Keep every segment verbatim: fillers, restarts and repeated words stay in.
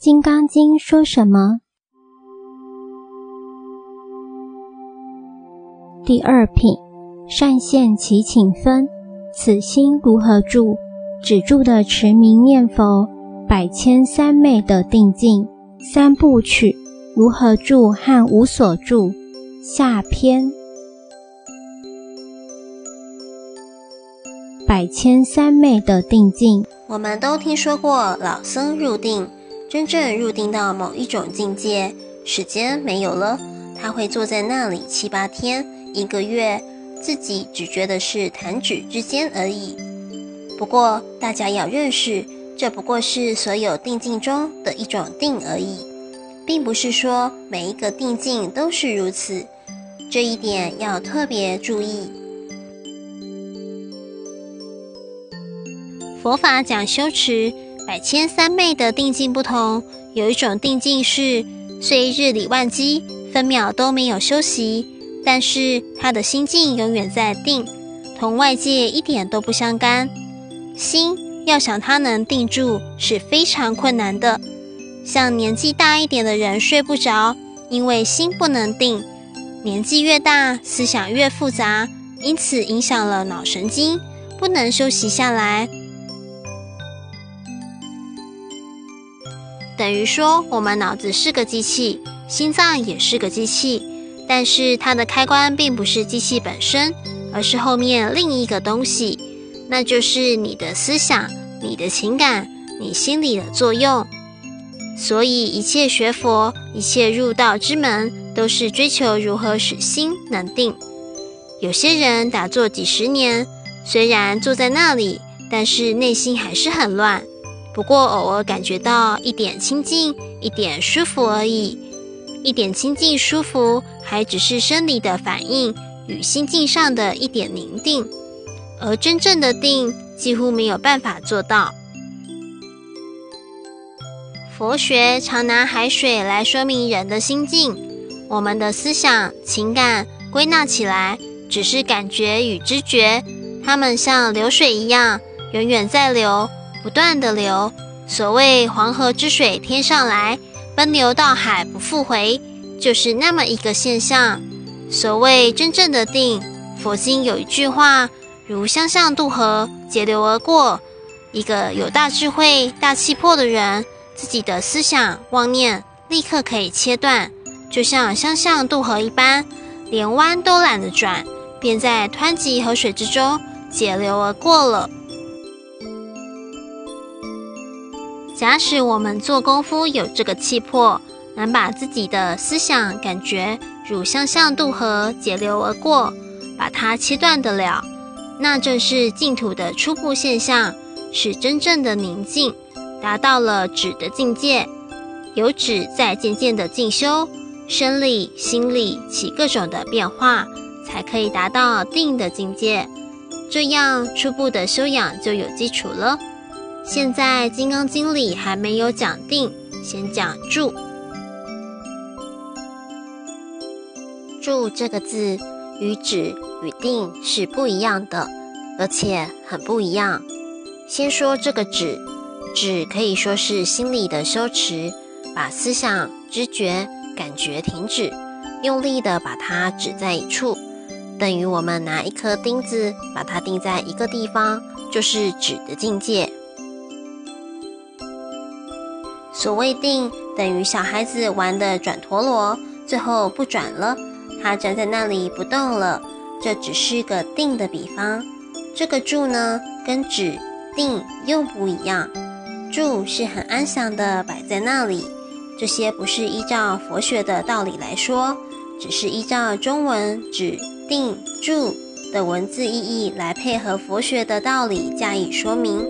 金刚经说什么？第二品，善现其请分，此心如何住？止住的持名念佛，百千三昧的定境，三部曲如何住和无所住。下篇。百千三昧的定境。 我们都听说过老僧入定，真正入定到某一种境界，时间没有了，他会坐在那里七八天、一个月，自己只觉得是弹指之间而已。不过大家要认识，这不过是所有定境中的一种定而已，并不是说每一个定境都是如此，这一点要特别注意。佛法讲修持，百千三昧的定境不同，有一种定境是虽日理万机，分秒都没有休息，但是他的心境永远在定，同外界一点都不相干。心要想他能定住是非常困难的，像年纪大一点的人睡不着，因为心不能定，年纪越大思想越复杂，因此影响了脑神经，不能休息下来。等于说我们脑子是个机器，心脏也是个机器，但是它的开关并不是机器本身，而是后面另一个东西，那就是你的思想、你的情感、你心里的作用。所以一切学佛，一切入道之门，都是追求如何使心能定。有些人打坐几十年，虽然坐在那里，但是内心还是很乱，不过偶尔感觉到一点清静，一点舒服而已。一点清静舒服，还只是生理的反应与心境上的一点宁定，而真正的定几乎没有办法做到。佛学常拿海水来说明人的心境，我们的思想、情感归纳起来只是感觉与知觉，它们像流水一样，永远在流，不断的流。所谓黄河之水天上来，奔流到海不复回，就是那么一个现象。所谓真正的定，佛经有一句话，如相向渡河，截流而过。一个有大智慧、大气魄的人，自己的思想妄念立刻可以切断，就像相向渡河一般，连弯都懒得转，便在湍急河水之中截流而过了。假使我们做功夫有这个气魄，能把自己的思想感觉如相向渡河截流而过，把它切断得了，那正是净土的初步现象，是真正的宁静，达到了止的境界。由止再渐渐的进修，生理心理起各种的变化，才可以达到定的境界，这样初步的修养就有基础了。现在《金刚经》里还没有讲定，先讲住。住这个字与止与定是不一样的，而且很不一样。先说这个止，止可以说是心理的修持，把思想、知觉、感觉停止，用力的把它止在一处，等于我们拿一颗钉子把它钉在一个地方，就是止的境界。所谓定，等于小孩子玩的转陀螺，最后不转了，他站在那里不动了，这只是个定的比方。这个住呢，跟止、定又不一样。住是很安详的摆在那里，这些不是依照佛学的道理来说，只是依照中文止、定、住的文字意义来配合佛学的道理加以说明。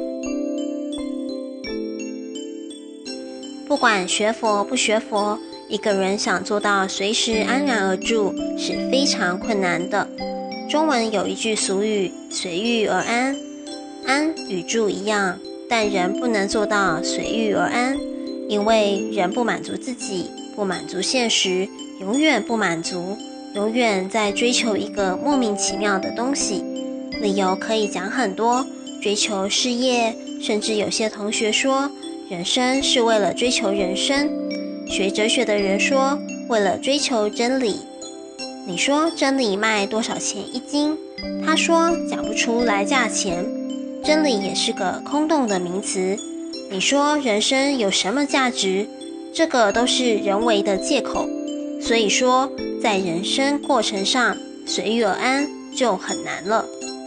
不管学佛不学佛，一个人想做到随时安然而住是非常困难的。中文有一句俗语，随遇而安。安与住一样，但人不能做到随遇而安，因为人不满足自己，不满足现实，永远不满足，永远在追求一个莫名其妙的东西。理由可以讲很多，追求事业，甚至有些同学说人生是为了追求人生。学哲学的人说，为了追求真理。你说真理卖多少钱一斤？他说讲不出来价钱。真理也是个空洞的名词。你说人生有什么价值？这个都是人为的借口。所以说，在人生过程上随遇而安就很难了。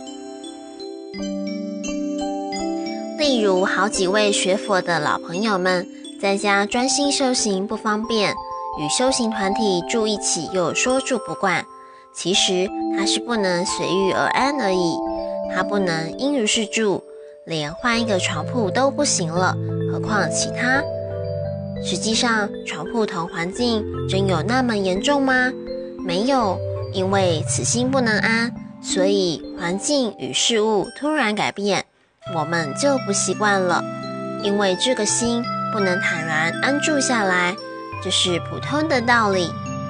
例如好几位学佛的老朋友们，在家专心修行不方便，与修行团体住一起又说住不惯。其实他是不能随遇而安而已，他不能应如是住，连换一个床铺都不行了，何况其他？实际上，床铺同环境真有那么严重吗？没有，因为此心不能安，所以环境与事物突然改变，我们就不习惯了。因为这个心不能坦然安住下来，这是普通的道理。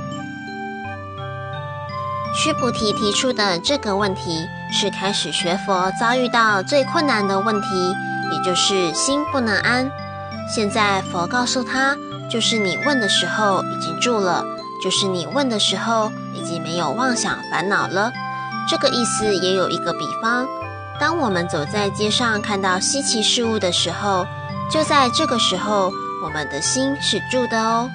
须菩提提出的这个问题，是开始学佛遭遇到最困难的问题，也就是心不能安。现在佛告诉他，就是你问的时候已经住了，就是你问的时候已经没有妄想烦恼了。这个意思也有一个比方，当我们走在街上看到稀奇事物的时候，就在这个时候，我们的心是住的哦。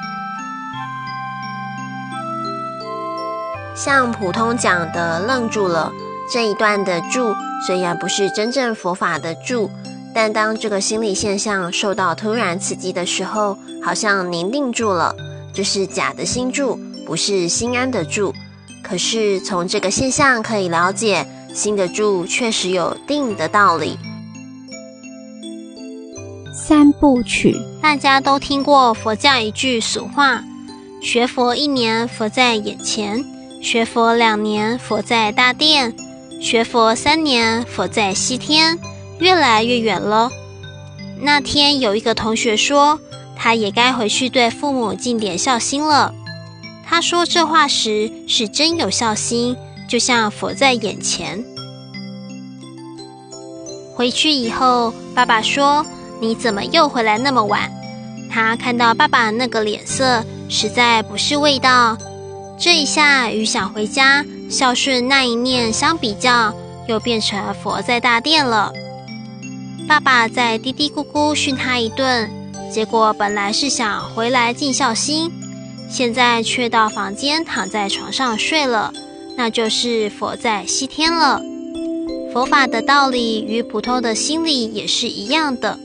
像普通讲的愣住了，这一段的住虽然不是真正佛法的住，但当这个心理现象受到突然刺激的时候，好像凝定住了，这是假的心住，不是心安的住。可是从这个现象可以了解，心的住确实有定的道理。 三部曲， 大家都听过佛教一句俗话，学佛一年佛在眼前，学佛两年佛在大殿，学佛三年佛在西天，越来越远了。那天有一个同学说，他也该回去对父母尽点孝心了。他说这话时是真有孝心，就像佛在眼前。回去以后，爸爸说，你怎么又回来那么晚？他看到爸爸那个脸色，实在不是味道。这一下与想回家孝顺那一念相比较，又变成佛在大殿了。爸爸在嘀嘀咕咕训他一顿，结果本来是想回来尽孝心，现在却到房间躺在床上睡了，那就是佛在西天了。佛法的道理与普通的心理也是一样的。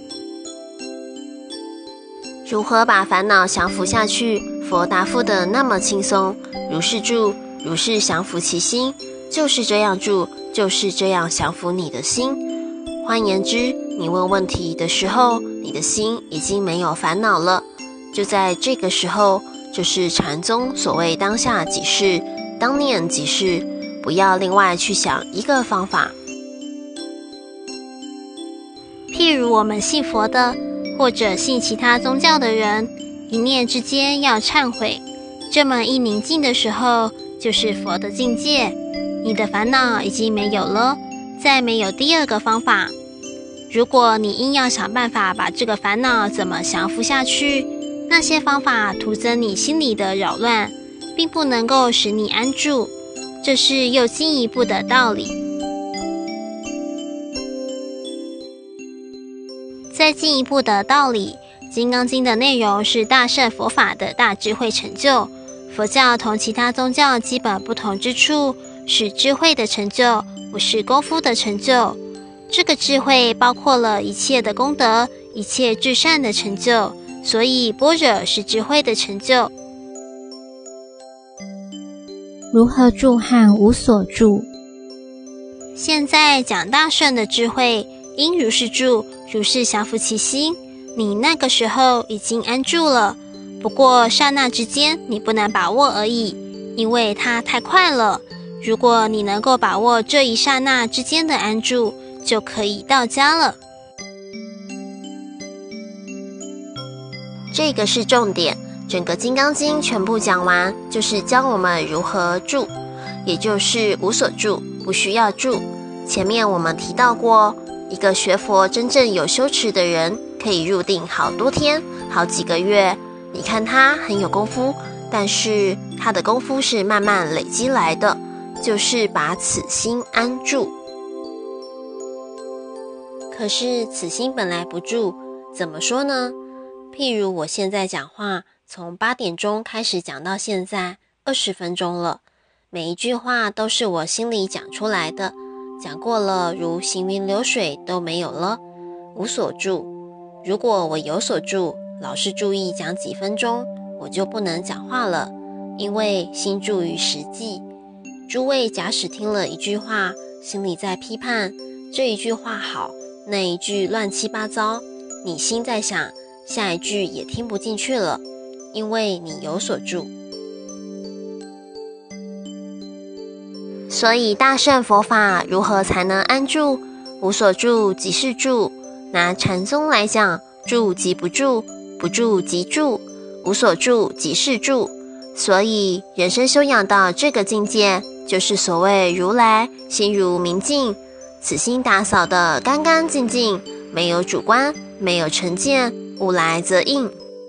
如何把烦恼降服下去？佛答复的那么轻松，如是住，如是降服其心，就是这样住，就是这样降服你的心。换言之，你问问题的时候，你的心已经没有烦恼了。就在这个时候，就是禅宗所谓当下即是，当念即是，不要另外去想一个方法。譬如我们信佛的，或者信其他宗教的人，一念之间要忏悔，这么一宁静的时候，就是佛的境界，你的烦恼已经没有了，再没有第二个方法。如果你硬要想办法把这个烦恼怎么降服下去，那些方法徒增你心里的扰乱，并不能够使你安住，这是又进一步的道理。再进一步的道理，《金刚经》的内容是大乘佛法的大智慧成就。佛教同其他宗教基本不同之处是智慧的成就，不是功夫的成就。这个智慧包括了一切的功德，一切至善的成就，所以般若是智慧的成就。 如何住和无所住？ 现在讲大圣的智慧，应如是住，如是降服其心。你那个时候已经安住了，不过刹那之间你不能把握而已，因为它太快了。如果你能够把握这一刹那之间的安住，就可以到家了。这个是重点，整个《金刚经》全部讲完，就是教我们如何住，也就是无所住，不需要住。前面我们提到过，一个学佛真正有修持的人， 可以入定好多天、好几个月。你看他很有功夫，但是他的功夫是慢慢累积来的，就是把此心安住。可是此心本来不住，怎么说呢？譬如我现在讲话，从八点钟开始讲到现在二十分钟了，每一句话都是我心里讲出来的，讲过了如行云流水都没有了，无所住。如果我有所住，老是注意讲几分钟，我就不能讲话了，因为心住于实际。诸位假使听了一句话，心里在批判这一句话好，那一句乱七八糟，你心在想，下一句也听不进去了，因为你有所住。所以大乘佛法如何才能安住？无所住即是住。拿禅宗来讲，住即不住，不住即住，无所住即是住。所以人生修养到这个境界，就是所谓如来心如明镜，此心打扫得干干净净，没有主观，没有成见，物来则应。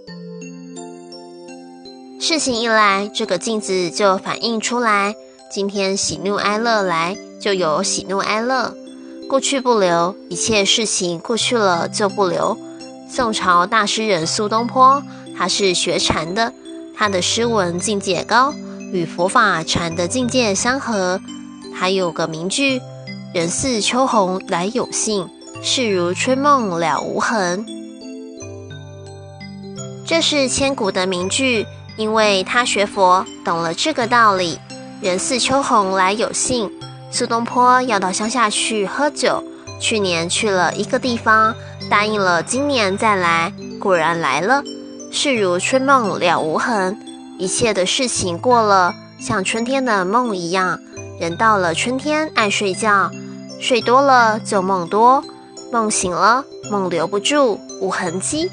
事情一来，这个镜子就反映出来。今天喜怒哀乐来，就有喜怒哀乐。过去不留，一切事情过去了就不留。宋朝大诗人苏东坡，他是学禅的，他的诗文境界高，与佛法禅的境界相合。还有个名句：人似秋鸿来有信，事如春梦了无痕。这是千古的名句，因为他学佛懂了这个道理。人似秋鸿来有信，苏东坡要到乡下去喝酒，去年去了一个地方，答应了今年再来，果然来了。事如春梦了无痕，一切的事情过了，像春天的梦一样。人到了春天爱睡觉，睡多了就梦多，梦醒了梦留不住，无痕迹。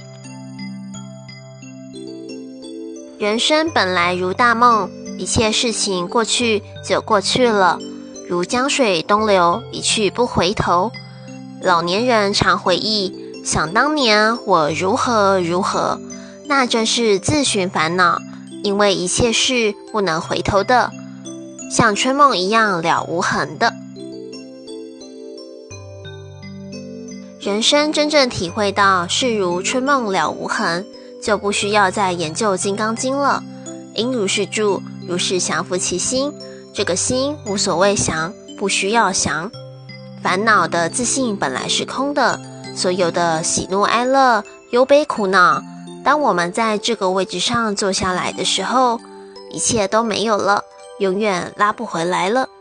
人生本来如大梦，一切事情过去就过去了，如江水东流，一去不回头。老年人常回忆，想当年我如何如何，那正是自寻烦恼，因为一切事不能回头的，像春梦一样了无痕的。人生真正体会到事如春梦了无痕，就不需要再研究《金刚经》了。应如是住，如是降伏其心。这个心无所谓降，不需要降。烦恼的自信本来是空的，所有的喜怒哀乐、忧悲苦恼，当我们在这个位置上坐下来的时候，一切都没有了，永远拉不回来了。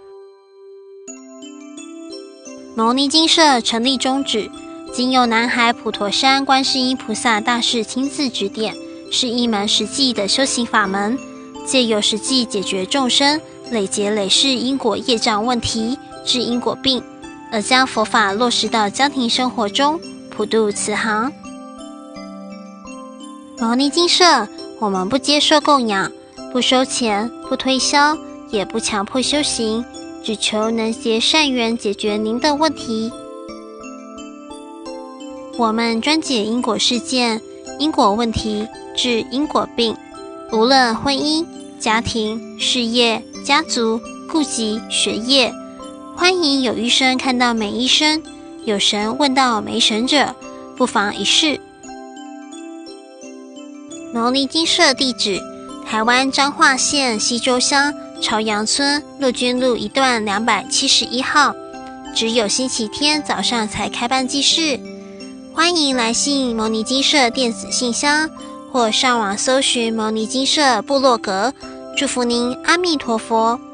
牟尼精舍成立宗旨，经由南海普陀山观世音菩萨大士亲自指点，是一门实际的修行法门，借由实际解决众生累劫累世因果业障问题，治因果病，而将佛法落实到家庭生活中，普度慈航。牟尼精舍，我们不接受供养，不收钱，不推销，也不强迫修行，只求能结善缘，解决您的问题。我们专解因果事件、因果问题，治因果病，无论婚姻、家庭、事业、家族、顾及、学业，欢迎有医生看到没医生，有神问到没神者，不妨一试。牟尼精舍地址：台湾彰化县溪州乡朝阳村陆军路一段两百七十一号，只有星期天早上才开办祭事。欢迎来信牟尼精舍电子信箱，或上网搜寻牟尼精舍部落格。祝福您，阿弥陀佛。